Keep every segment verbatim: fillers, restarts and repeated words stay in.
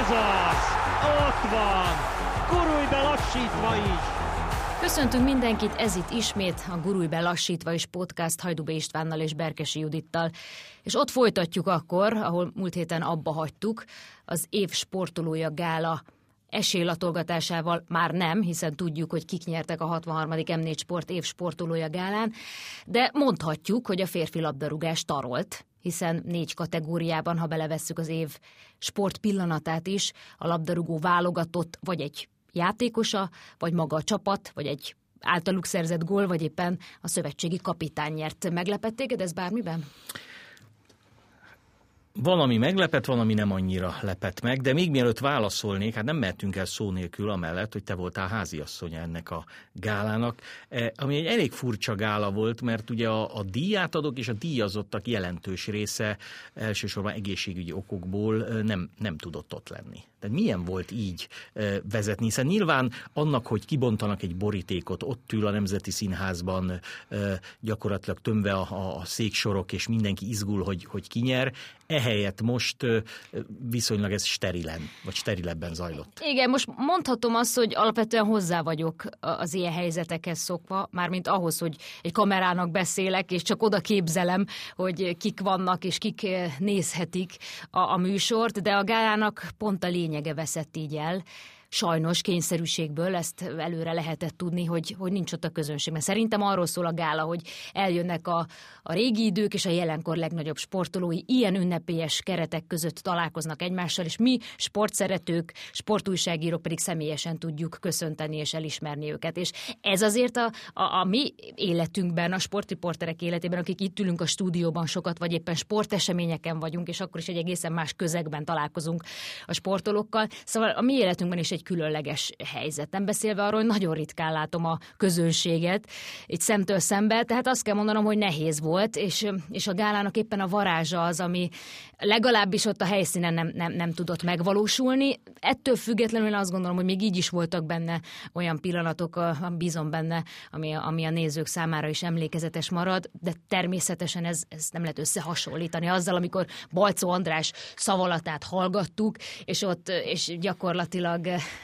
Ez az! Ott van! Gurulj be lassítva is! Köszöntünk mindenkit, ez itt ismét a Gurulj be lassítva is podcast Hajdúbé Istvánnal és Berkesi Judittal. És ott folytatjuk akkor, ahol múlt héten abba hagytuk, az év sportolója gála esélylatolgatásával már nem, hiszen tudjuk, hogy kik nyertek a hatvanharmadik em négy Sport év sportolója gálán, de mondhatjuk, hogy a férfi labdarúgás tarolt, hiszen négy kategóriában, ha belevesszük az év sport pillanatát is, a labdarúgó válogatott vagy egy játékosa, vagy maga a csapat, vagy egy általuk szerzett gól, vagy éppen a szövetségi kapitány nyert. Meglepett téged ez bármiben? Van, ami meglepett, van, ami nem annyira lepett meg, de még mielőtt válaszolnék, hát nem mehetünk el szó nélkül amellett, hogy te voltál háziasszonya ennek a gálának, ami egy elég furcsa gála volt, mert ugye a, a díjátadók és a díjazottak jelentős része elsősorban egészségügyi okokból nem, nem tudott ott lenni. Tehát milyen volt így vezetni, hiszen nyilván annak, hogy kibontanak egy borítékot, ott ül a Nemzeti Színházban gyakorlatilag tömve a, a széksorok, és mindenki izgul, hogy, hogy ki nyer, ehelyett most viszonylag ez sterilen, vagy sterilebben zajlott. Igen, most mondhatom azt, hogy alapvetően hozzá vagyok az ilyen helyzetekhez szokva, mármint ahhoz, hogy egy kamerának beszélek, és csak oda képzelem, hogy kik vannak, és kik nézhetik a, a műsort, de a gálának pont a lényege veszett így el. Sajnos kényszerűségből ezt előre lehetett tudni, hogy, hogy nincs ott a közönség. Mert szerintem arról szól a gála, hogy eljönnek a, a régi idők és a jelenkor legnagyobb sportolói, ilyen ünnepélyes keretek között találkoznak egymással, és mi sportszeretők, sportújságírók pedig személyesen tudjuk köszönteni és elismerni őket. És ez azért a, a, a mi életünkben, a sportriporterek életében, akik itt ülünk a stúdióban sokat, vagy éppen sporteseményeken vagyunk, és akkor is egy egészen más közegben találkozunk a sportolókkal. Szóval a mi életünkben is egy különleges helyzet. Nem beszélve arról, hogy nagyon ritkán látom a közönséget itt szemtől szembe, tehát azt kell mondanom, hogy nehéz volt, és, és a gálának éppen a varázsa az, ami legalábbis ott a helyszínen nem, nem, nem tudott megvalósulni. Ettől függetlenül azt gondolom, hogy még így is voltak benne olyan pillanatok, bízom benne, ami, ami a nézők számára is emlékezetes marad, de természetesen ez, ez nem lehet összehasonlítani azzal, amikor Balczó András szavalatát hallgattuk, és ott és gyakorlatilag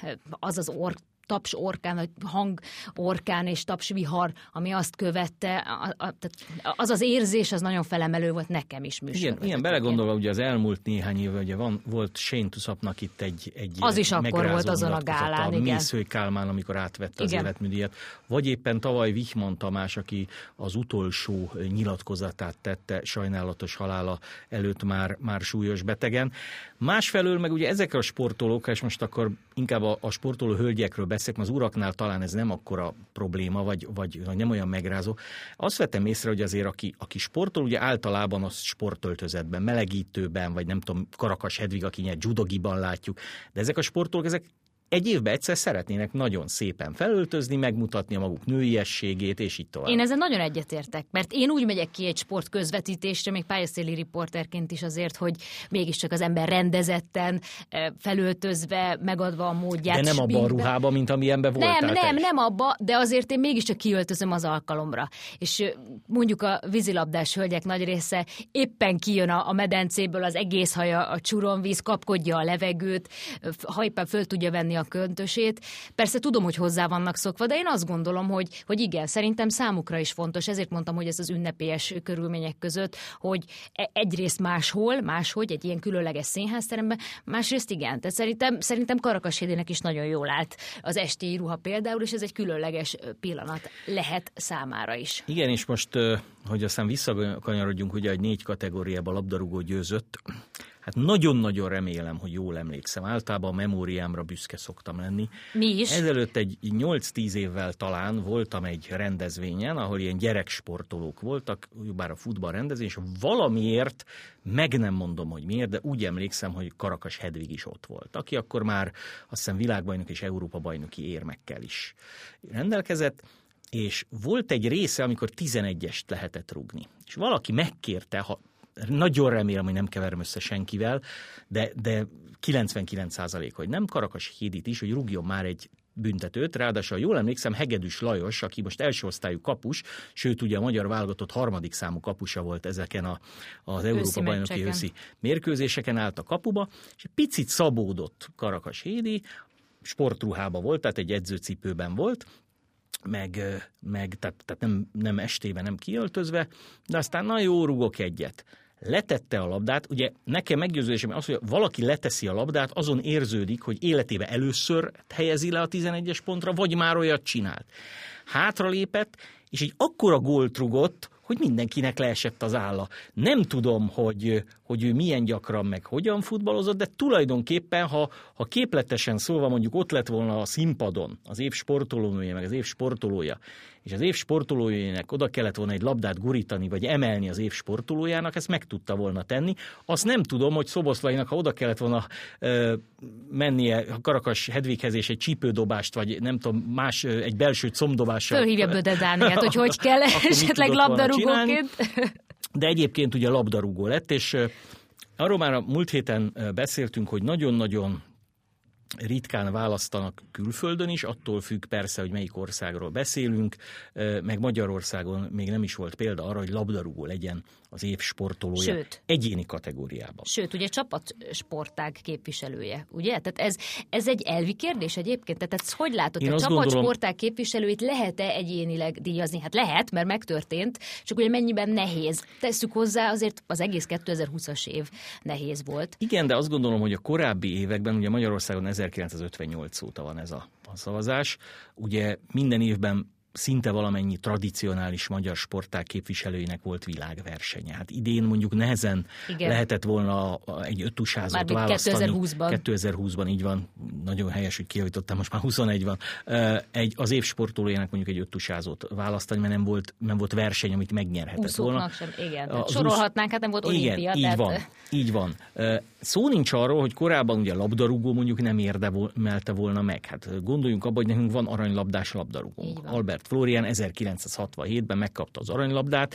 az az ork, taps orkán, vagy hang orkán és tapsvihar, ami azt követte, a, a, az az érzés, az nagyon felemelő volt nekem is műsorban. Igen, ilyen belegondolva, ugye az elmúlt néhány évben ugye van, volt Shane Tuszapnak itt egy, egy az is akkor volt azon a gálán, igen. Mészői Kálmán, amikor átvette az életműdíjat, vagy éppen tavaly Wichmann Tamás, aki az utolsó nyilatkozatát tette sajnálatos halála előtt már, már súlyos betegen. Másfelől meg ugye ezek a sportolók, és most akkor inkább a, a sportoló hölgyekről beszélek, az uraknál talán ez nem akkora probléma, vagy, vagy, vagy nem olyan megrázó. Azt vettem észre, hogy azért aki, aki sportol, ugye általában az sportöltözetben, melegítőben, vagy nem tudom, Karakas Hedvig, aki nyert judogiban látjuk, de ezek a sportolók, ezek egy évben egyszer szeretnének nagyon szépen felöltözni, megmutatni a maguk nőiességét, és így tovább. Én ezen nagyon egyetértek, mert én úgy megyek ki egy sportközvetítésre, még pályaszéli riporterként is azért, hogy mégiscsak az ember rendezetten, felöltözve, megadva a módját. De nem abban a ruhában, mint amilyenben voltál. Nem, nem, nem abba, de azért én mégiscsak kiöltözöm az alkalomra. És mondjuk a vízilabdás hölgyek nagy része éppen kijön a medencéből, az egész haja a csuronvíz, kapkodja a levegőt, ha éppen föl tudja venni a köntösét. Persze tudom, hogy hozzá vannak szokva, de én azt gondolom, hogy, hogy igen, szerintem számukra is fontos. Ezért mondtam, hogy ez az ünnepélyes körülmények között, hogy egyrészt máshol, máshogy, egy ilyen különleges színházteremben, másrészt igen. Tehát szerintem, szerintem Karakas Hédének is nagyon jól állt az esti ruha például, és ez egy különleges pillanat lehet számára is. Igen, és most, hogy aztán visszakanyarodjunk, ugye egy négy kategóriában labdarúgó győzött, hát nagyon-nagyon remélem, hogy jól emlékszem. Általában a memóriámra büszke szoktam lenni. Mi is? Ezelőtt egy nyolc-tíz évvel talán voltam egy rendezvényen, ahol ilyen gyereksportolók voltak, bár a futballrendezvény, és valamiért, meg nem mondom, hogy miért, de úgy emlékszem, hogy Karakas Hedvig is ott volt, aki akkor már azt hiszem világbajnok és Európa-bajnoki érmekkel is rendelkezett, és volt egy része, amikor tizenegyest lehetett rúgni. És valaki megkérte, ha nagyon remélem, hogy nem keverem össze senkivel, de, de kilencvenkilenc százalék, hogy nem Karakas Hédit is, hogy rúgjon már egy büntetőt, ráadásul jól emlékszem, Hegedűs Lajos, aki most első osztályú kapus, sőt ugye a magyar válogatott harmadik számú kapusa volt ezeken a, az Európa-bajnoki őszi mérkőzéseken, állt a kapuba, és egy picit szabódott Karakas Hédi, sportruhába volt, tehát egy edzőcipőben volt, meg, meg tehát, tehát nem, nem estében, nem kiöltözve, de aztán na jó, rugok egyet. Letette a labdát, ugye nekem meggyőződésem az, hogy valaki leteszi a labdát, azon érződik, hogy életében először helyezi le a tizenegyes pontra, vagy már olyat csinált. Hátralépett, és egy akkora gólt rugott, hogy mindenkinek leesett az álla. Nem tudom, hogy, hogy ő milyen gyakran meg hogyan futballozott, de tulajdonképpen, ha, ha képletesen szólva mondjuk ott lett volna a színpadon az év sportolónője, meg az év sportolója, és az év sportolójának oda kellett volna egy labdát gurítani, vagy emelni az év sportolójának, ezt meg tudta volna tenni. Azt nem tudom, hogy Szoboszlainak, ha oda kellett volna ö, mennie a Karakas Hedvighez és egy csípődobást, vagy nem tudom, más, egy belső combdobással. Fölhívja Böde Dániát, hogy hogy kell esetleg labdarúgóként. De egyébként ugye labdarúgó lett, és arról már a múlt héten beszéltünk, hogy nagyon-nagyon ritkán választanak külföldön is, attól függ persze, hogy melyik országról beszélünk, meg Magyarországon még nem is volt példa arra, hogy labdarúgó legyen az év sportolója. Sőt, egyéni kategóriában. Sőt, ugye csapatsportág képviselője, ugye? Tehát ez, ez egy elvi kérdés egyébként? Tehát ezt hogy látod? A csapatsportág képviselőit lehet-e egyénileg díjazni? Hát lehet, mert megtörtént, csak ugye mennyiben nehéz. Tesszük hozzá, azért az egész kétezer-húszas év nehéz volt. Igen, de azt gondolom, hogy a korábbi években, ugye Magyarországon ezerkilencszázötvennyolc óta van ez a, a szavazás, ugye minden évben szinte valamennyi tradicionális magyar sportág képviselőinek volt világversenye. Hát idén mondjuk nehezen Igen. lehetett volna egy öttusázót választani. kétezer-húszban. kétezer-húszban, így van. Nagyon helyes, hogy kijavítottam, most már huszonegy van. Egy, az év sportolójának mondjuk egy öttusázót választani, mert nem volt, nem volt verseny, amit megnyerhetett Úszóknak volna. sem, igen. Az sorolhatnánk, hát nem volt igen, olimpia. így tehát... van, így van. Szó nincs arról, hogy korábban ugye a labdarúgó mondjuk nem érdemelte volna meg. Hát gondoljunk abba, hogy nekünk van aranylabdás labdarúgónk. Albert Florian ezerkilencszázhatvanhétben megkapta az aranylabdát,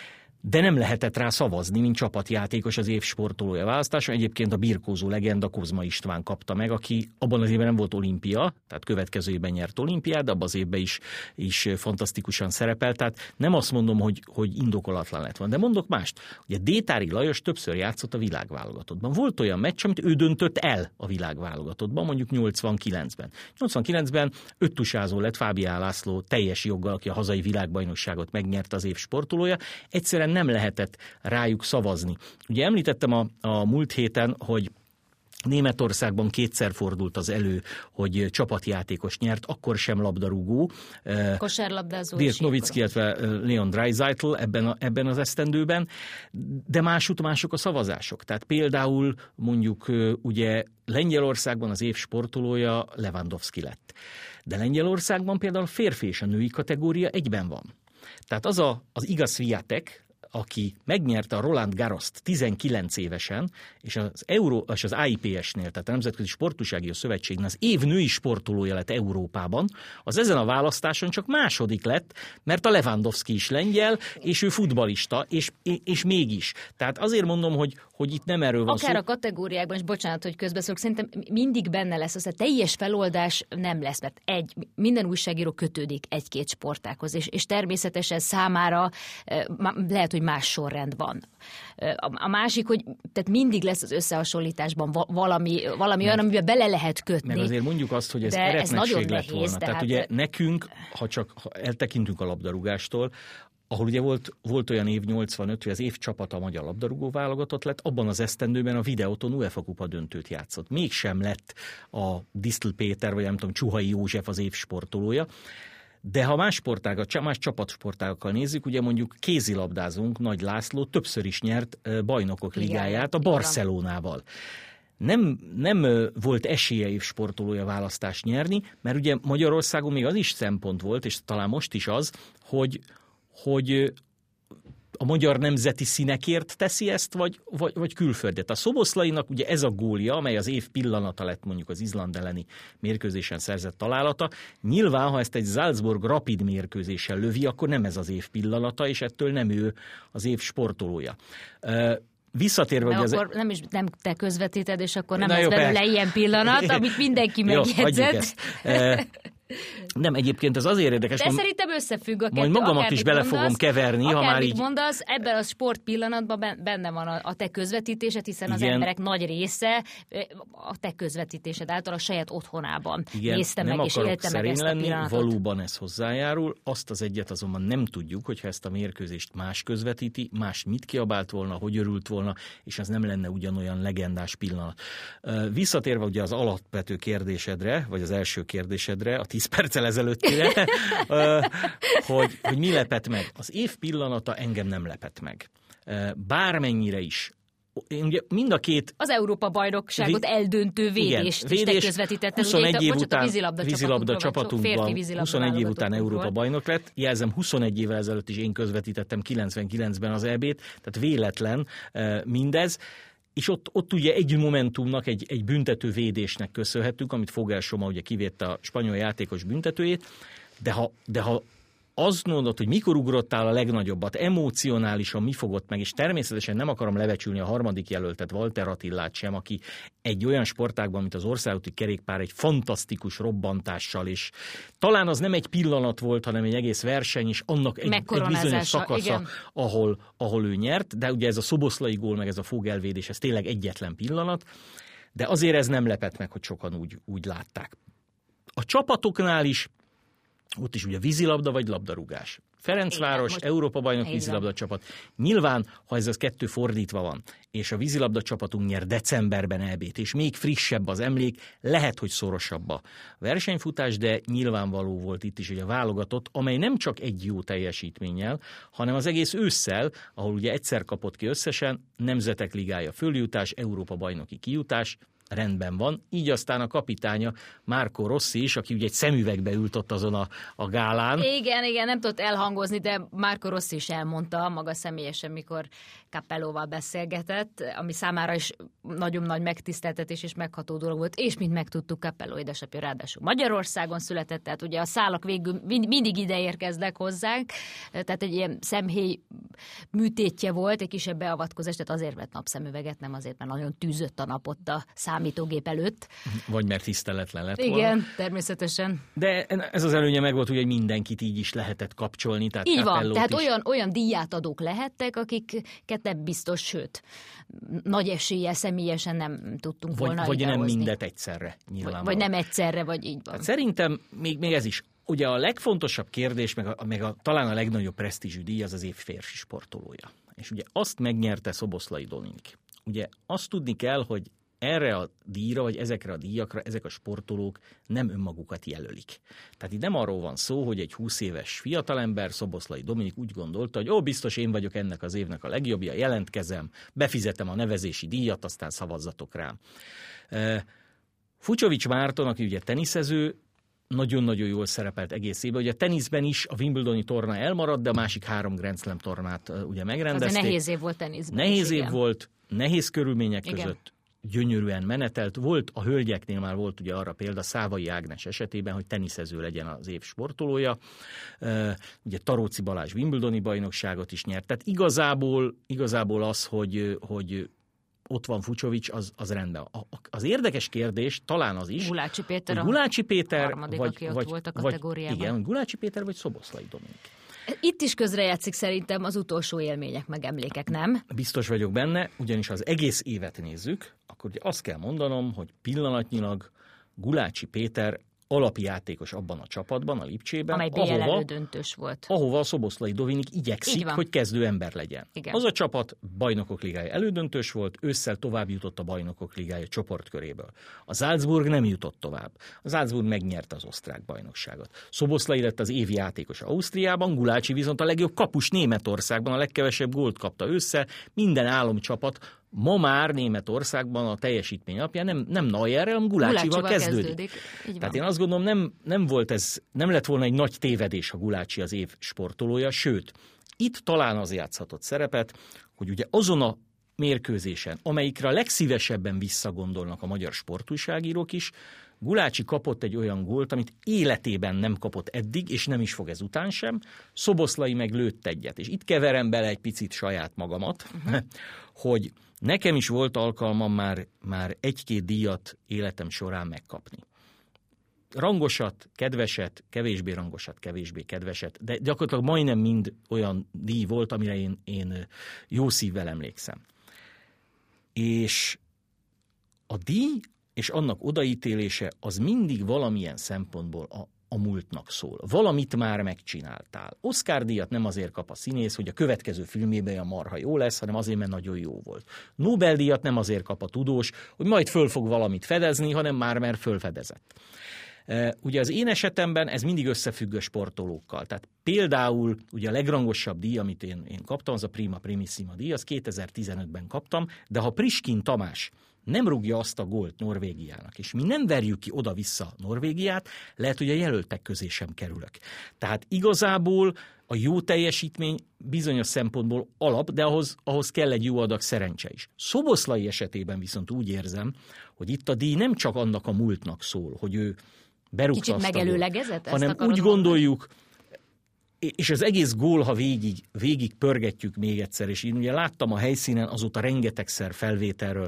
de nem lehetett rá szavazni, mint csapatjátékos az év sportolója választáson. Egyébként a birkózó legenda Kozma István kapta meg, aki abban az évben nem volt olimpia, tehát következő évben nyert olimpiát, de abban az évben is, is fantasztikusan szerepelt. Tehát nem azt mondom, hogy, hogy indokolatlan lett van, de mondok mást. Ugye Détári Lajos többször játszott a világválogatottban. Volt olyan meccs, amit ő döntött el a világválogatottban, mondjuk nyolcvankilencben. nyolcvankilencben öttusázó lett Fábián László teljes joggal, aki a hazai világbajnokságot megnyerte, az év sportolója. Egyszerűen nem lehetett rájuk szavazni. Ugye említettem a, a múlt héten, hogy Németországban kétszer fordult az elő, hogy csapatjátékos nyert, akkor sem labdarúgó. Kosárlabdázó. Dirk Nowitzki, illetve Leon Draisaitl ebben, a, ebben az esztendőben, de másút mások a szavazások. Tehát például mondjuk ugye Lengyelországban az év sportolója Lewandowski lett. De Lengyelországban például férfi és a női kategória egyben van. Tehát az a, az Iga Swiatek, aki megnyerte a Roland Garrost tizenkilenc évesen, és az, Euró, és az I P S-nél, tehát a Nemzetközi Sportújsági Szövetségnél az év női sportolója lett Európában, az ezen a választáson csak második lett, mert a Lewandowski is lengyel, és ő futballista, és, és mégis. Tehát azért mondom, hogy, hogy itt nem erről van Akár szó. a kategóriákban, és bocsánat, hogy közbeszólok, szerintem mindig benne lesz, az a teljes feloldás nem lesz, mert egy, minden újságíró kötődik egy-két sportághoz, és, és természetesen számára lehet, hogy más sorrend van. A másik, hogy tehát mindig lesz az összehasonlításban valami, valami olyan, amiben bele lehet kötni. Meg azért mondjuk azt, hogy ez eretnekség lett volna. Tehát, tehát ugye nekünk, ha csak ha eltekintünk a labdarúgástól, ahol ugye volt, volt olyan év nyolcvanöt, hogy az év csapata a magyar labdarúgó válogatott lett, abban az esztendőben a Videóton UEFA kupa döntőt játszott. Mégsem lett a Disztl Péter, vagy nem tudom, Csuhai József az év sportolója. De ha más sportágat, más csapatsportágakkal nézzük, ugye mondjuk kézilabdázunk, Nagy László többször is nyert bajnokok ligáját a Barcelonával. Nem, nem volt esélye év sportolója választást nyerni, mert ugye Magyarországon még az is szempont volt, és talán most is az, hogy, hogy a magyar nemzeti színekért teszi ezt, vagy, vagy, vagy külföldet. A Szoboszlainak ugye ez a gólja, amely az év pillanata lett mondjuk az Izland elleni mérkőzésen szerzett találata. Nyilván, ha ezt egy Salzburg Rapid mérkőzéssel lövi, akkor nem ez az év pillanata, és ettől nem ő az év sportolója. Visszatérve, hogy akkor az... nem is nem te közvetíted, és akkor nem Na lesz jó, belőle persze. ilyen pillanat, amit mindenki megjegyzett. Nem, egyébként ez azért érdekes. De szerintem összefügg a kettő. Majd magamat is bele fogom mondasz, keverni, ha már így... mondasz, ebben a sport pillanatban benne van a, a te közvetítésed, hiszen igen. az emberek nagy része a te közvetítésed által a saját otthonában igen, nézte meg és élte meg ezt lenni, a pillanatot. Valóban ez hozzájárul. Azt az egyet azonban nem tudjuk, hogyha ezt a mérkőzést más közvetíti, más mit kiabált volna, hogy örült volna, és ez nem lenne ugyanolyan legendás pillanat. Visszatérve ugye az alapvető kérdésedre, vagy az első kérdésedre, a tíz perccel ezelőttire, hogy, hogy mi lepett meg. Az év pillanata engem nem lepett meg. Bármennyire is. Én ugye mind a két... Az Európa-bajnokságot vi... eldöntő védést igen, védés, is te közvetítetted. huszonegy ugye, év bocsánat, után vízilabda, vízilabda csapatunkban, huszonegy év után Európa volt. bajnok lett. Jelzem, huszonegy évvel ezelőtt is én közvetítettem kilencvenkilencben az é bét, tehát véletlen mindez. És ott, ott ugye egy momentumnak, egy, egy büntető védésnek köszönhetünk, amit Fogel Soma ugye kivédte a spanyol játékos büntetőjét, de ha, de ha azt mondod, hogy mikor ugrottál a legnagyobbat, emocionálisan mi fogott meg, és természetesen nem akarom lebecsülni a harmadik jelöltet, Walter Attillát sem, aki egy olyan sportágban, mint az országúti kerékpár, egy fantasztikus robbantással, és talán az nem egy pillanat volt, hanem egy egész verseny, és annak egy, egy bizonyos szakasza, ahol, ahol ő nyert, de ugye ez a szoboszlai gól, meg ez a Fogel-védés, ez tényleg egyetlen pillanat, de azért ez nem lepett meg, hogy sokan úgy, úgy látták. A csapatoknál is ott is ugye vízilabda vagy labdarúgás. Ferencváros, Európa-bajnok vízilabda csapat. Nyilván, ha ez az kettő fordítva van, és a vízilabda csapatunk nyer decemberben é bét, és még frissebb az emlék, lehet, hogy szorosabb a versenyfutás, de nyilvánvaló volt itt is, hogy a válogatott, amely nem csak egy jó teljesítménnyel, hanem az egész ősszel, ahol ugye egyszer kapott ki összesen, Nemzetek Ligája följutás, Európa-bajnoki kijutás, rendben van. Így aztán a kapitánya, Marco Rossi is, aki ugye egy szemüvegbe ült ott azon a, a gálán. Igen, igen, nem tudott elhangozni, de Marco Rossi is elmondta maga személyesen, mikor Capellóval beszélgetett, ami számára is nagyon nagy megtiszteltetés és megható dolog volt, és mint megtudtuk, Capelló édesapja ráadásul Magyarországon született, tehát ugye a szálak végül mindig ide érkeznek hozzánk, tehát egy ilyen szemhéj műtétje volt, egy kisebb beavatkozás, tehát azért vett napszemüveget, nem azért, mert nagyon tűzött a nap ott a számítógép előtt. Vagy mert tiszteletlen lett volna. Igen, természetesen. De ez az előnye meg volt, hogy mindenkit így is lehetett kapcsolni. Tehát így van, tehát is. olyan, olyan díjátadók lehettek, akiket nem biztos, sőt, nagy eséllyel személyesen nem tudtunk vagy, volna Vagy nem idehozni. mindet egyszerre. Vagy, vagy nem egyszerre, vagy így van. Tehát szerintem még, még ez is. Ugye a legfontosabb kérdés, meg, a, meg a, talán a legnagyobb presztízsű díj az az év férfi sportolója. És ugye azt megnyerte Szoboszlai Dominik. Ugye azt tudni kell, hogy erre a díjra, vagy ezekre a díjakra ezek a sportolók nem önmagukat jelölik. Tehát itt nem arról van szó, hogy egy húsz éves fiatalember, Szoboszlai Dominik úgy gondolta, hogy ó, biztos én vagyok ennek az évnek a legjobbja, jelentkezem, befizetem a nevezési díjat, aztán szavazzatok rám. Fucsovics Márton, aki ugye teniszező, nagyon-nagyon jól szerepelt egész évben. Ugye a teniszben is a Wimbledoni torna elmaradt, de a másik három Grand Slam tornát ugye megrendezték. Azért nehéz év volt teniszben. Nehéz is, év igen. volt, nehéz körülmények igen. között. Gyönyörűen menetelt. Volt a hölgyeknél már volt ugye arra példa Szávai Ágnes esetében, hogy teniszező legyen az év sportolója. Ugye Taróci Balázs Wimbledoni bajnokságot is nyert. Tehát igazából, igazából az, hogy, hogy ott van Fucsovics, az, az rendben. Az érdekes kérdés talán az is, Gulácsi Péter, hogy Gulácsi Péter harmadik, vagy, aki ott vagy, volt a vagy, kategóriában. igen, Gulácsi Péter vagy Szoboszlai Dominik. Itt is közrejátszik szerintem az utolsó élmények meg emlékek, nem? Biztos vagyok benne, ugyanis az egész évet nézzük, akkor ugye azt kell mondanom, hogy pillanatnyilag Gulácsi Péter alapjátékos abban a csapatban, a Lipcsében, amely bé el ahova, elődöntős volt. ahova a Szoboszlai Dominik igyekszik, hogy kezdő ember legyen. Igen. Az a csapat Bajnokok Ligája elődöntős volt, ősszel tovább jutott a Bajnokok Ligája csoportköréből. A Salzburg nem jutott tovább. A Salzburg megnyerte az osztrák bajnokságot. Szoboszlai lett az évi játékos Ausztriában, Gulácsi viszont a legjobb kapus Németországban, a legkevesebb gólt kapta ősszel, minden álomcsapat ma már Németországban a teljesítmény alapján nem, nem Neuerrel, hanem Gulácsival kezdődik. kezdődik. Tehát én azt gondolom, nem, nem volt ez, nem lett volna egy nagy tévedés, ha Gulácsi az év sportolója, sőt, itt talán az játszhatott szerepet, hogy ugye azon a mérkőzésen, amelyikre a legszívesebben visszagondolnak a magyar sportújságírók is, Gulácsi kapott egy olyan gólt, amit életében nem kapott eddig, és nem is fog ezután sem, Szoboszlai meg lőtt egyet. És itt keverem bele egy picit saját magamat, uh-huh. hogy nekem is volt alkalmam már, már egy-két díjat életem során megkapni. rangosat, kedveset, kevésbé rangosat, kevésbé kedveset, de gyakorlatilag majdnem mind olyan díj volt, amire én, én jó szívvel emlékszem. És a díj és annak odaítélése az mindig valamilyen szempontból a, a múltnak szól. Valamit már megcsináltál. Oscar-díjat nem azért kap a színész, hogy a következő filmében a marha jó lesz, hanem azért, mert nagyon jó volt. Nobel-díjat nem azért kap a tudós, hogy majd föl fog valamit fedezni, hanem már mert fölfedezett. Ugye az én esetemben ez mindig összefügg a sportolókkal. Tehát például ugye a legrangosabb díj, amit én, én kaptam, az a Prima Primissima díj, az kétezer-tizenötben kaptam, de ha Priskin Tamás nem rúgja azt a gólt Norvégiának, és mi nem verjük ki oda-vissza Norvégiát, lehet, hogy a jelöltek közé sem kerülök. Tehát igazából a jó teljesítmény bizonyos szempontból alap, de ahhoz, ahhoz kell egy jó adag szerencse is. Szoboszlai esetében viszont úgy érzem, hogy itt a díj nem csak annak a múltnak szól, hogy ő berúgta kicsit azt megelőlegezett, a gólt, hanem úgy gondoljuk, és az egész gól, ha végig, végig pörgetjük még egyszer, és én ugye láttam a helyszínen azóta rengetegszer felvételről,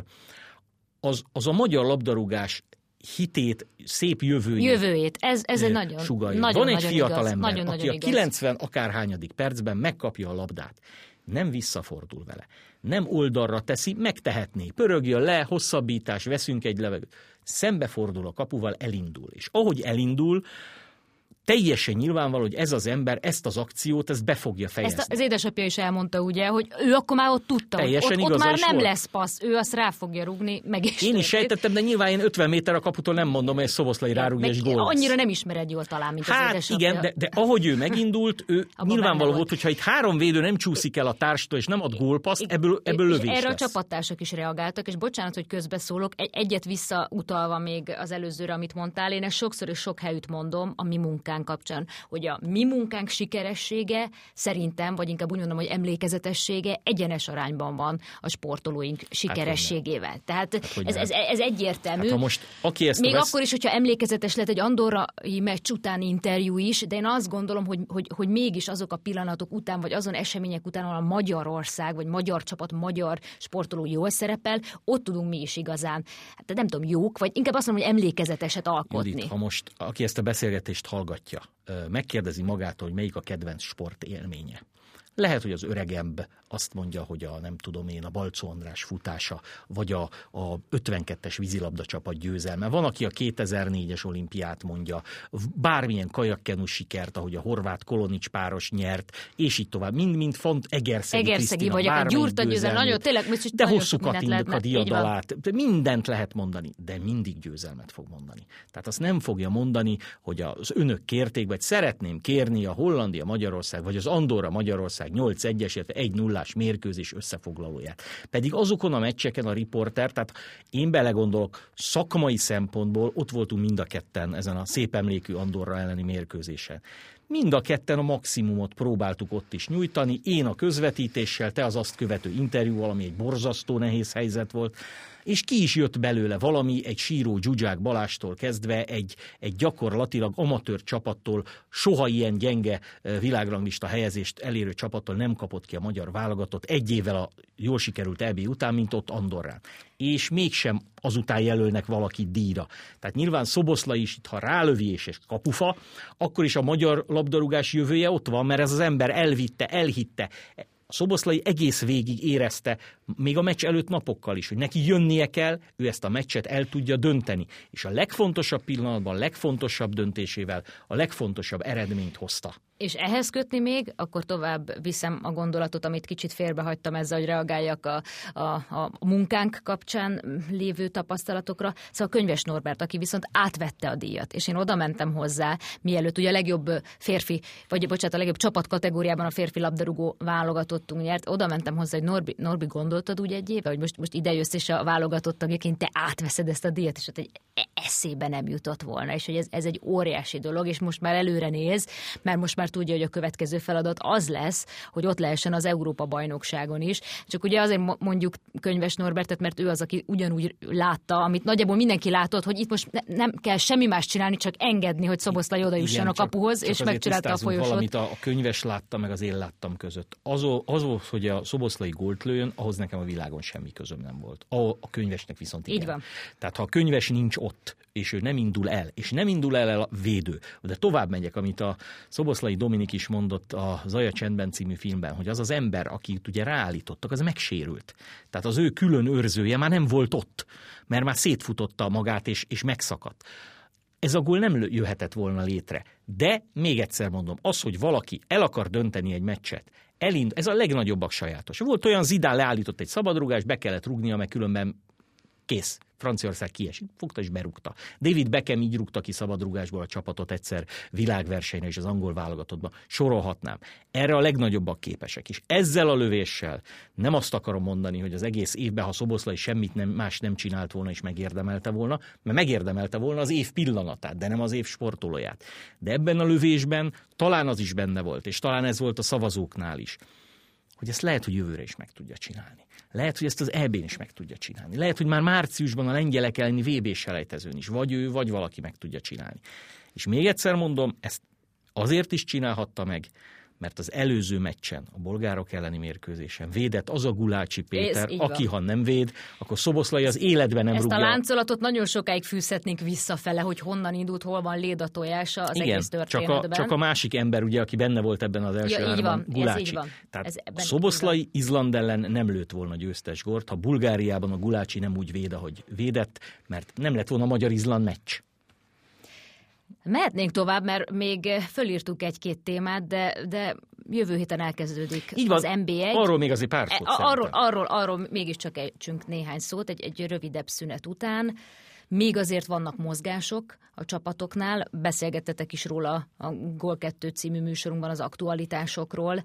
az, az a magyar labdarúgás hitét, szép jövőjét. Jövőjét, ez, ez egy nagyon, nagyon, nagyon Van egy fiatal igaz, ember, nagyon, aki nagyon a kilencven akárhányadik percben megkapja a labdát. Nem visszafordul vele. Nem oldalra teszi, megtehetné. Pörögjön le, hosszabbítás, veszünk egy levegőt. Szembefordul a kapuval, elindul. És ahogy elindul, teljesen nyilvánvaló, hogy ez az ember ezt az akciót, ezt be fogja fejezni. Ezt az édesapja is elmondta, ugye, hogy ő akkor már ott tudta, teljesen hogy ott, ott már nem volt. lesz passz, ő azt rá fogja rúgni, meg is. Én is sejtettem, de nyilván én ötven méter a kaputól nem mondom, hogy egy Szoboszlai rárúgja és gól lesz. Annyira nem ismered jól talán, mint hát, az édesapja. igen, de, de ahogy ő megindult, ő nyilvánvaló volt, hogyha itt három védő nem csúszik el a társtól, és nem ad gólpaszt, ebből, ebből lövés erre lesz. A csapattársak is reagáltak, és bocsánat, hogy közbeszólok, egy, egyet visszautalva még az előzőre, amit mondtál, én ezt sokszor és sok helyütt mondom a mi munkánk kapcsán, hogy a mi munkánk sikeressége szerintem, vagy inkább úgy mondom, hogy emlékezetessége egyenes arányban van a sportolóink sikerességével. Hát, Tehát hát, ez, ez, ez egyértelmű. Hát, ha most, aki ezt még vesz... akkor is, hogyha emlékezetes lett egy andorrai meccs utáni interjú is, de én azt gondolom, hogy, hogy, hogy mégis azok a pillanatok után, vagy azon események után, ahol a Magyarország, vagy magyar csapat, magyar sportoló jól szerepel, ott tudunk mi is igazán, hát nem tudom, jók, vagy inkább azt mondom, hogy emlékezeteset alkotni. Judit, ha most, aki ezt a beszélgetést hallgatja, megkérdezi magától, hogy melyik a kedvenc sport élménye. Lehet, hogy az öregemb azt mondja, hogy a nem tudom én, a Balczó András futása, vagy a, a ötvenkettes vízilabda csapat győzelme. Van, aki a kétezer-négyes olimpiát mondja, bármilyen kajakkenus sikert, ahogy a horvát Kolonics páros nyert, és így tovább. Mind-mind font Egerszegi, Egerszegi vagy a Gyurta győzelme, nagyon tényleg, de hosszú Katinnak a diadalát, mindent lehet mondani, de mindig győzelmet fog mondani. Tehát azt nem fogja mondani, hogy az önök kérték, vagy szeretném kérni a Hollandia Magyarország, vagy az Andorra Magyarország nyolc egyes, illetve egy nullás mérkőzés összefoglalóját. Pedig azokon a meccseken a riporter, tehát én belegondolok, szakmai szempontból ott voltunk mind a ketten ezen a szép emlékű Andorra elleni mérkőzésen. Mind a ketten a maximumot próbáltuk ott is nyújtani, én a közvetítéssel, te az azt követő interjúval, ami egy borzasztó nehéz helyzet volt, és ki is jött belőle valami, egy síró Zsuzsák Balástól kezdve, egy, egy gyakorlatilag amatőr csapattól, soha ilyen gyenge világranglista helyezést elérő csapattól nem kapott ki a magyar válogatott egy évvel a jól sikerült é bé után, mint ott Andorrán. És mégsem azután jelölnek valaki díjra. Tehát nyilván Szoboszlai is itt, ha rálövi és egy kapufa, akkor is a magyar labdarúgás jövője ott van, mert ez az ember elvitte, elhitte. A Szoboszlai egész végig érezte, még a meccs előtt napokkal is, hogy neki jönnie kell, ő ezt a meccset el tudja dönteni. És a legfontosabb pillanatban, a legfontosabb döntésével a legfontosabb eredményt hozta. És ehhez kötni még, akkor tovább viszem a gondolatot, amit kicsit félbehagytam ezzel, hogy reagáljak a, a, a munkánk kapcsán lévő tapasztalatokra. Szóval Könyves Norbert, aki viszont átvette a díjat, és én oda mentem hozzá, mielőtt ugye a legjobb férfi, vagy bocsánat, a legjobb csapat kategóriában a férfi labdarúgó válogatottunk nyert, oda mentem hozzá, hogy Norbi, Norbi gondoltad úgy egy éve, hogy most, most ide jössz, és a válogatott tagjaként te átveszed ezt a díjat, és hát egy eszébe nem jutott volna, és hogy ez, ez egy óriási dolog, és most már előre néz, mert most már tudja, hogy a következő feladat az lesz, hogy ott lehessen az Európa-bajnokságon is. Csak ugye azért mondjuk Könyves Norbertet, mert ő az, aki ugyanúgy látta, amit nagyjából mindenki látott, hogy itt most ne, nem kell semmi más csinálni, csak engedni, hogy Szoboszlai oda jusson a kapuhoz, csak, és csak megcsinálta a folyosót. Valamit a, a Könyves látta, meg az én láttam között. Az, az volt, hogy a Szoboszlai gólt lőjön, ahhoz nekem a világon semmi közöm nem volt. A, a Könyvesnek viszont igen. Így van. Tehát ha a Könyves nincs ott, és ő nem indul el, és nem indul el a védő. De tovább megyek, amit a Szoboszlai Dominik is mondott a Zaja csendben című filmben, hogy az az ember, akit ugye ráállítottak, az megsérült. Tehát az ő külön őrzője már nem volt ott, mert már szétfutotta magát, és, és megszakadt. Ez a gól nem jöhetett volna létre. De még egyszer mondom, az, hogy valaki el akar dönteni egy meccset, elind, ez a legnagyobbak sajátos. Volt olyan, Zidane leállított egy szabadrúgást, be kellett rúgnia, mert különben kész. Franciaország kiesik, fogta és berúgta. David Beckham így rúgta ki szabadrúgásból a csapatot egyszer világversenyre és az angol válogatottban. Sorolhatnám. Erre a legnagyobbak képesek is. Ezzel a lövéssel nem azt akarom mondani, hogy az egész évben, ha Szoboszlai semmit nem, más nem csinált volna és megérdemelte volna, mert megérdemelte volna az év pillanatát, de nem az év sportolóját. De ebben a lövésben talán az is benne volt, és talán ez volt a szavazóknál is, hogy ezt lehet, hogy jövőre is meg tudja csinálni. Lehet, hogy ezt az é bén is meg tudja csinálni. Lehet, hogy már márciusban a lengyelek elleni vé bé-selejtezőn is, vagy ő, vagy valaki meg tudja csinálni. És még egyszer mondom, ezt azért is csinálhatta meg, mert az előző meccsen, a bolgárok elleni mérkőzésen védett az a Gulácsi Péter, aki ha nem véd, akkor Szoboszlai az életben nem Ezt rúgja. Ezt a láncolatot nagyon sokáig fűzhetnénk visszafele, hogy honnan indult, hol van Léda tojása az igen, egész történetben. Csak a, csak a másik ember, ugye, aki benne volt ebben az első ja, háromban, Gulácsi. Tehát Szoboszlai Izland ellen nem lőtt volna győztes gólt, ha Bulgáriában a Gulácsi nem úgy véd, ahogy védett, mert nem lett volna magyar-Izland meccs. Mehetnénk tovább, mert még fölírtuk egy-két témát, de, de jövő héten elkezdődik így van, az en bé egy. Arról még azért pár szót arról, arról, arról mégiscsak ejtsünk néhány szót egy, egy rövidebb szünet után. Még azért vannak mozgások a csapatoknál, beszélgettetek is róla a Gól kettő című műsorunkban az aktualitásokról.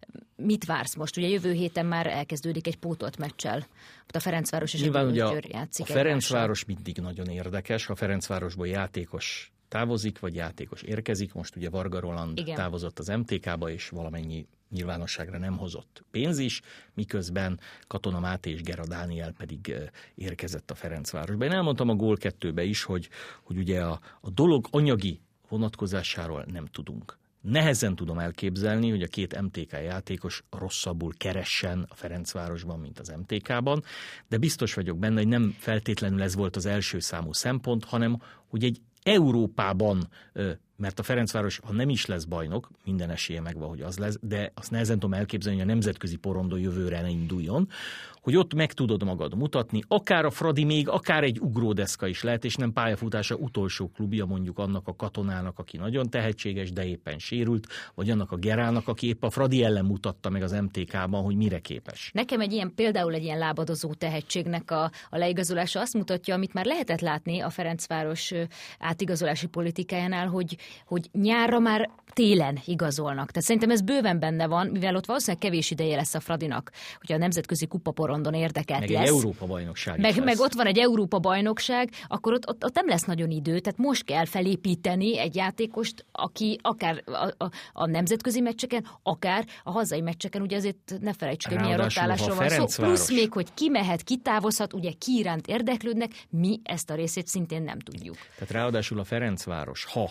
Mit vársz most? Ugye jövő héten már elkezdődik egy pótolt meccsel. A Ferencváros és nyilván, a Győr játszik. A Ferencváros mindig nagyon érdekes, ha Ferencvárosból játékos távozik, vagy játékos érkezik. Most ugye Varga Roland igen. távozott az em té ká-ba, és valamennyi nyilvánosságra nem hozott pénz is, miközben Katona Máté és Gera Dániel pedig érkezett a Ferencvárosba. Én elmondtam a Gól kettőbe is, hogy, hogy ugye a, a dolog anyagi vonatkozásáról nem tudunk. Nehezen tudom elképzelni, hogy a két em té ká játékos rosszabbul keressen a Ferencvárosban, mint az em té ká-ban, de biztos vagyok benne, hogy nem feltétlenül ez volt az első számú szempont, hanem hogy egy Európában, mert a Ferencváros, ha nem is lesz bajnok, minden esélye megvan, hogy az lesz, de azt nehezen tudom elképzelni, hogy a nemzetközi porondon jövőre ne induljon, hogy ott meg tudod magad mutatni, akár a Fradi még, akár egy ugródeszka is lehet, és nem pályafutása utolsó klubja mondjuk annak a Katonának, aki nagyon tehetséges, de éppen sérült, vagy annak a Gerának, aki épp a Fradi ellen mutatta meg az em té ká-ban, hogy mire képes. Nekem egy ilyen, például egy ilyen lábadozó tehetségnek a, a leigazolása azt mutatja, amit már lehetett látni a Ferencváros átigazolási politikájánál, hogy, hogy nyárra már télen igazolnak. Tehát szerintem ez bőven benne van, mivel ott valószínűleg kevés ideje lesz a Fradinak, hogy a nemzetközi kupaporondon érdekelt meg lesz. Meg egy Európa-bajnokság meg, meg ott van egy Európa-bajnokság, akkor ott, ott, ott nem lesz nagyon idő, tehát most kell felépíteni egy játékost, aki akár a, a, a nemzetközi meccseken, akár a hazai meccseken, ugye azért ne felejtsük, hogy milyen rotálásról van szó. Plusz még, hogy ki mehet, ki távozhat, ugye ki iránt érdeklődnek, mi ezt a részét szintén nem tudjuk. Tehát ráadásul a Ferencváros, ha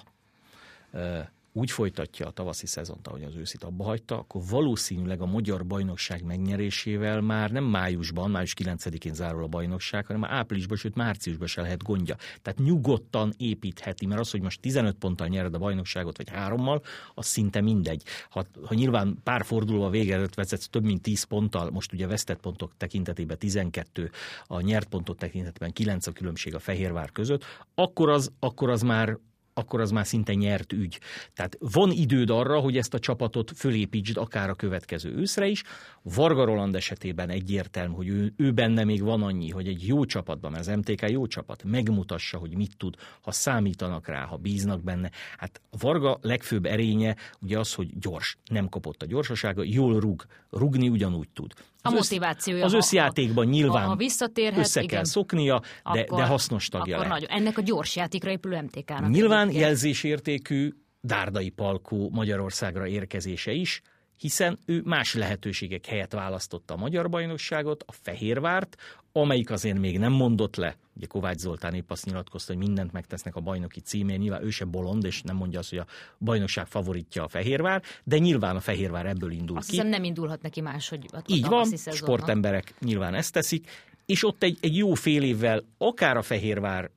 e, úgy folytatja a tavaszi szezont, ahogy az őszit abba hagyta, akkor valószínűleg a magyar bajnokság megnyerésével már nem májusban, május kilencedikén zárul a bajnokság, hanem már áprilisban, sőt márciusban se lehet gondja. Tehát nyugodtan építheti, mert az, hogy most tizenöt ponttal nyered a bajnokságot, vagy hárommal, az szinte mindegy. Ha, ha nyilván pár fordulóval vége előtt vezetsz több mint tíz ponttal, most ugye vesztett pontok tekintetében tizenkettő, a nyert pontok tekintetében kilenc a különbség a Fehérvár között, akkor az, akkor az már akkor az már szinte nyert ügy. Tehát van időd arra, hogy ezt a csapatot fölépítsd akár a következő őszre is. Varga Roland esetében egyértelmű, hogy ő, ő benne még van annyi, hogy egy jó csapatban, mert az em té ká jó csapat, megmutassa, hogy mit tud, ha számítanak rá, ha bíznak benne. Hát Varga legfőbb erénye ugye az, hogy gyors, nem kopott a gyorsasága, jól rúg, rúgni ugyanúgy tud. Az a motivációja. Az összjátékban nyilván ha visszatérhet, össze igen, kell szoknia, de, akkor, de hasznos tagja akkor lehet. Nagyon. Ennek a gyors játékra épülő em té ká-nak. Nyilván jelzésértékű Dárdai Palkó Magyarországra érkezése is, hiszen ő más lehetőségek helyett választotta a magyar bajnokságot, a Fehérvárt, amelyik azért még nem mondott le. Ugye Kovács Zoltán épp azt nyilatkozta, hogy mindent megtesznek a bajnoki címén, nyilván ő se bolond, és nem mondja azt, hogy a bajnokság favoritja a Fehérvár, de nyilván a Fehérvár ebből indul azt ki. Azt nem indulhat neki máshogy. A Így van, szezonnak. Sportemberek nyilván ezt teszik, és ott egy, egy jó fél évvel akár a Fehérvár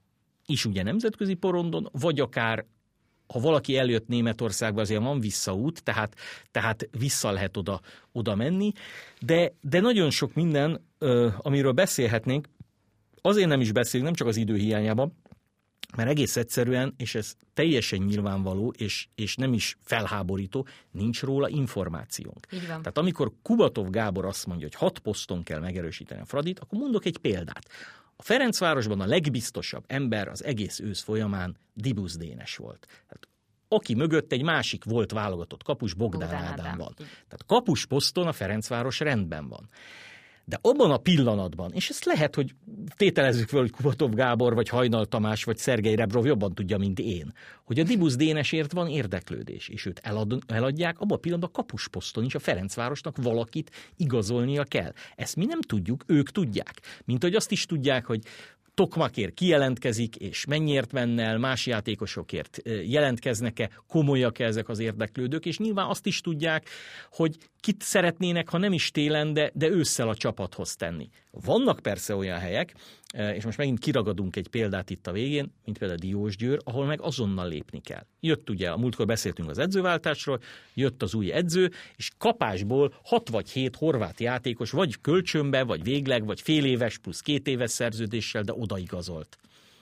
is ugye nemzetközi porondon, vagy akár ha valaki eljött Németországba, azért van visszaút, tehát, tehát vissza lehet oda, oda menni, de, de nagyon sok minden, amiről beszélhetnénk, azért nem is beszélünk, nem csak az idő hiányában, mert egész egyszerűen, és ez teljesen nyilvánvaló, és, és nem is felháborító, nincs róla információnk. Tehát amikor Kubatov Gábor azt mondja, hogy hat poszton kell megerősíteni a Fradit, akkor mondok egy példát. A Ferencvárosban a legbiztosabb ember az egész ősz folyamán Dibusz Dénes volt. Tehát, aki mögött egy másik volt válogatott kapus, Bogdán, Bogdán Ádám, Ádám van. Tehát kapus poszton a Ferencváros rendben van. De abban a pillanatban, és ezt lehet, hogy tételezzük fel, hogy Kubatov Gábor, vagy Hajnal Tamás, vagy Szergej Rebrov jobban tudja, mint én, hogy a Dibusz Dénesért van érdeklődés, és őt elad, eladják, abban a pillanatban kapusposzton is a Ferencvárosnak valakit igazolnia kell. Ezt mi nem tudjuk, ők tudják. Mint hogy azt is tudják, hogy Tokmakért kijelentkezik, és mennyiért menne el, más játékosokért jelentkeznek-e, komolyak-e ezek az érdeklődők, és nyilván azt is tudják, hogy kit szeretnének, ha nem is télen, de, de ősszel a csapathoz tenni. Vannak persze olyan helyek, és most megint kiragadunk egy példát itt a végén, mint például Diósgyőr, ahol meg azonnal lépni kell. Jött ugye, a múltkor beszéltünk az edzőváltásról, jött az új edző, és kapásból hat vagy hét horvát játékos vagy kölcsönbe, vagy végleg, vagy fél éves plusz két éves szerződéssel, de odaigazolt.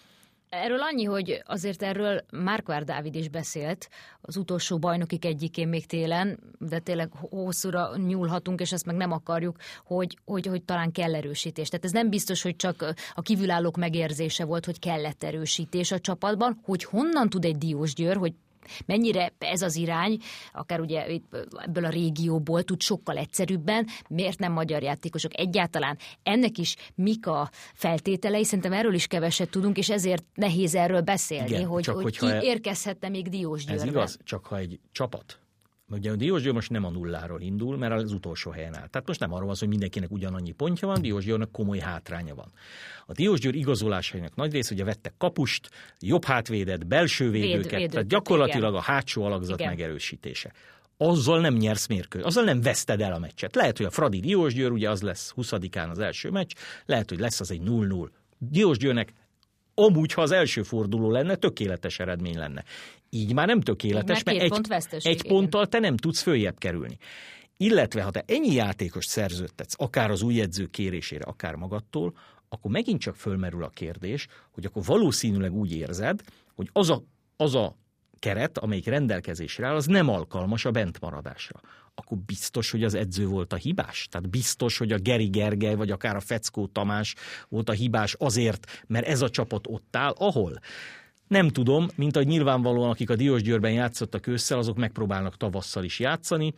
Erről annyi, hogy azért erről Márkvár Dávid is beszélt, az utolsó bajnokik egyikén még télen, de tényleg hosszúra nyúlhatunk, és ezt meg nem akarjuk, hogy, hogy, hogy talán kell erősítés. Tehát ez nem biztos, hogy csak a kívülállók megérzése volt, hogy kellett erősítés a csapatban, hogy honnan tud egy Diósgyőr, hogy mennyire ez az irány, akár ugye ebből a régióból tud sokkal egyszerűbben, miért nem magyar játékosok egyáltalán, ennek is mik a feltételei, szerintem erről is keveset tudunk, és ezért nehéz erről beszélni, igen, hogy, hogy ki e... érkezhetne még Diósgyőrbe. Ez igaz, csak ha egy csapat, ugye a Diósgyőr most nem a nulláról indul, mert az utolsó helyen áll. Tehát most nem arról van, hogy mindenkinek ugyanannyi pontja van, Diósgyőrnek komoly hátránya van. A Diósgyőr igazolásainak nagy része, ugye vettek kapust, jobb hátvédet, belső védőket, Véd, tehát gyakorlatilag igen. A hátsó alakzat igen. megerősítése. Azzal nem nyersz mérkőzést, azzal nem veszted el a meccset. Lehet, hogy a Fradi Diósgyőr, ugye az lesz huszadikán az első meccs, lehet, hogy lesz az egy null null. Diósgyőrnek amúgy, ha az első forduló lenne, tökéletes eredmény lenne. Így már nem tökéletes, mert egy, pont egy ponttal te nem tudsz följebb kerülni. Illetve, ha te ennyi játékos szerződtetsz, akár az új edző kérésére, akár magadtól, akkor megint csak fölmerül a kérdés, hogy akkor valószínűleg úgy érzed, hogy az a, az a keret, amelyik rendelkezésre áll, az nem alkalmas a bentmaradásra. Akkor biztos, hogy az edző volt a hibás? Tehát biztos, hogy a Geri Gergely, vagy akár a Feckó Tamás volt a hibás azért, mert ez a csapat ott áll, ahol? Nem tudom, mint ahogy nyilvánvalóan, akik a Diósgyőrben játszottak ősszel, azok megpróbálnak tavasszal is játszani,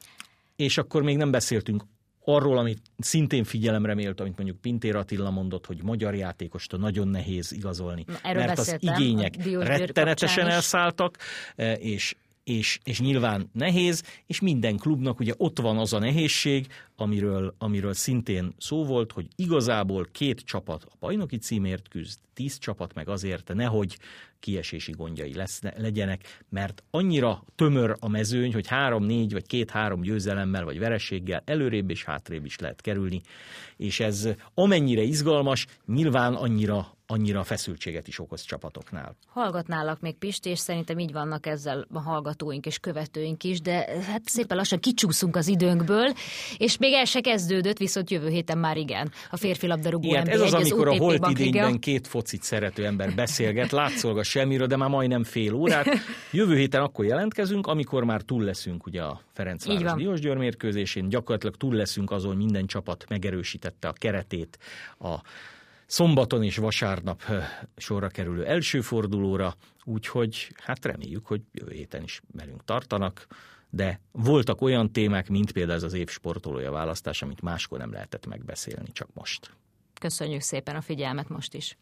és akkor még nem beszéltünk arról, amit szintén figyelemre méltó, amit mondjuk Pintér Attila mondott, hogy magyar játékost nagyon nehéz igazolni, erről mert az igények rettenetesen elszálltak, és És, és nyilván nehéz, és minden klubnak ugye ott van az a nehézség, amiről, amiről szintén szó volt, hogy igazából két csapat a bajnoki címért küzd, tíz csapat meg azért, nehogy kiesési gondjai lesz, legyenek, mert annyira tömör a mezőny, hogy három-négy vagy két-három győzelemmel vagy vereséggel előrébb és hátrébb is lehet kerülni, és ez amennyire izgalmas, nyilván annyira annyira feszültséget is okoz csapatoknál. Hallgatnálak még, Pisti, és szerintem így vannak ezzel a hallgatóink és követőink is, de hát szépen lassan kicsúszunk az időnkből, és még el se kezdődött, viszont jövő héten már igen. A férfi labdarúgó en bé egy, ez az, amikor az a holt idényben két focit szerető ember beszélget, látszolga semmiről, de már majdnem fél órát. Jövő héten akkor jelentkezünk, amikor már túl leszünk ugye a Ferencváros Diósgyőr mérkőzésén, gyakorlatilag túl leszünk azon, minden csapat megerősítette a keretét, a szombaton és vasárnap sorra kerülő első fordulóra, úgyhogy hát reméljük, hogy jövő héten is velünk tartanak, de voltak olyan témák, mint például ez az év sportolója választás, amit máskor nem lehetett megbeszélni, csak most. Köszönjük szépen a figyelmet most is.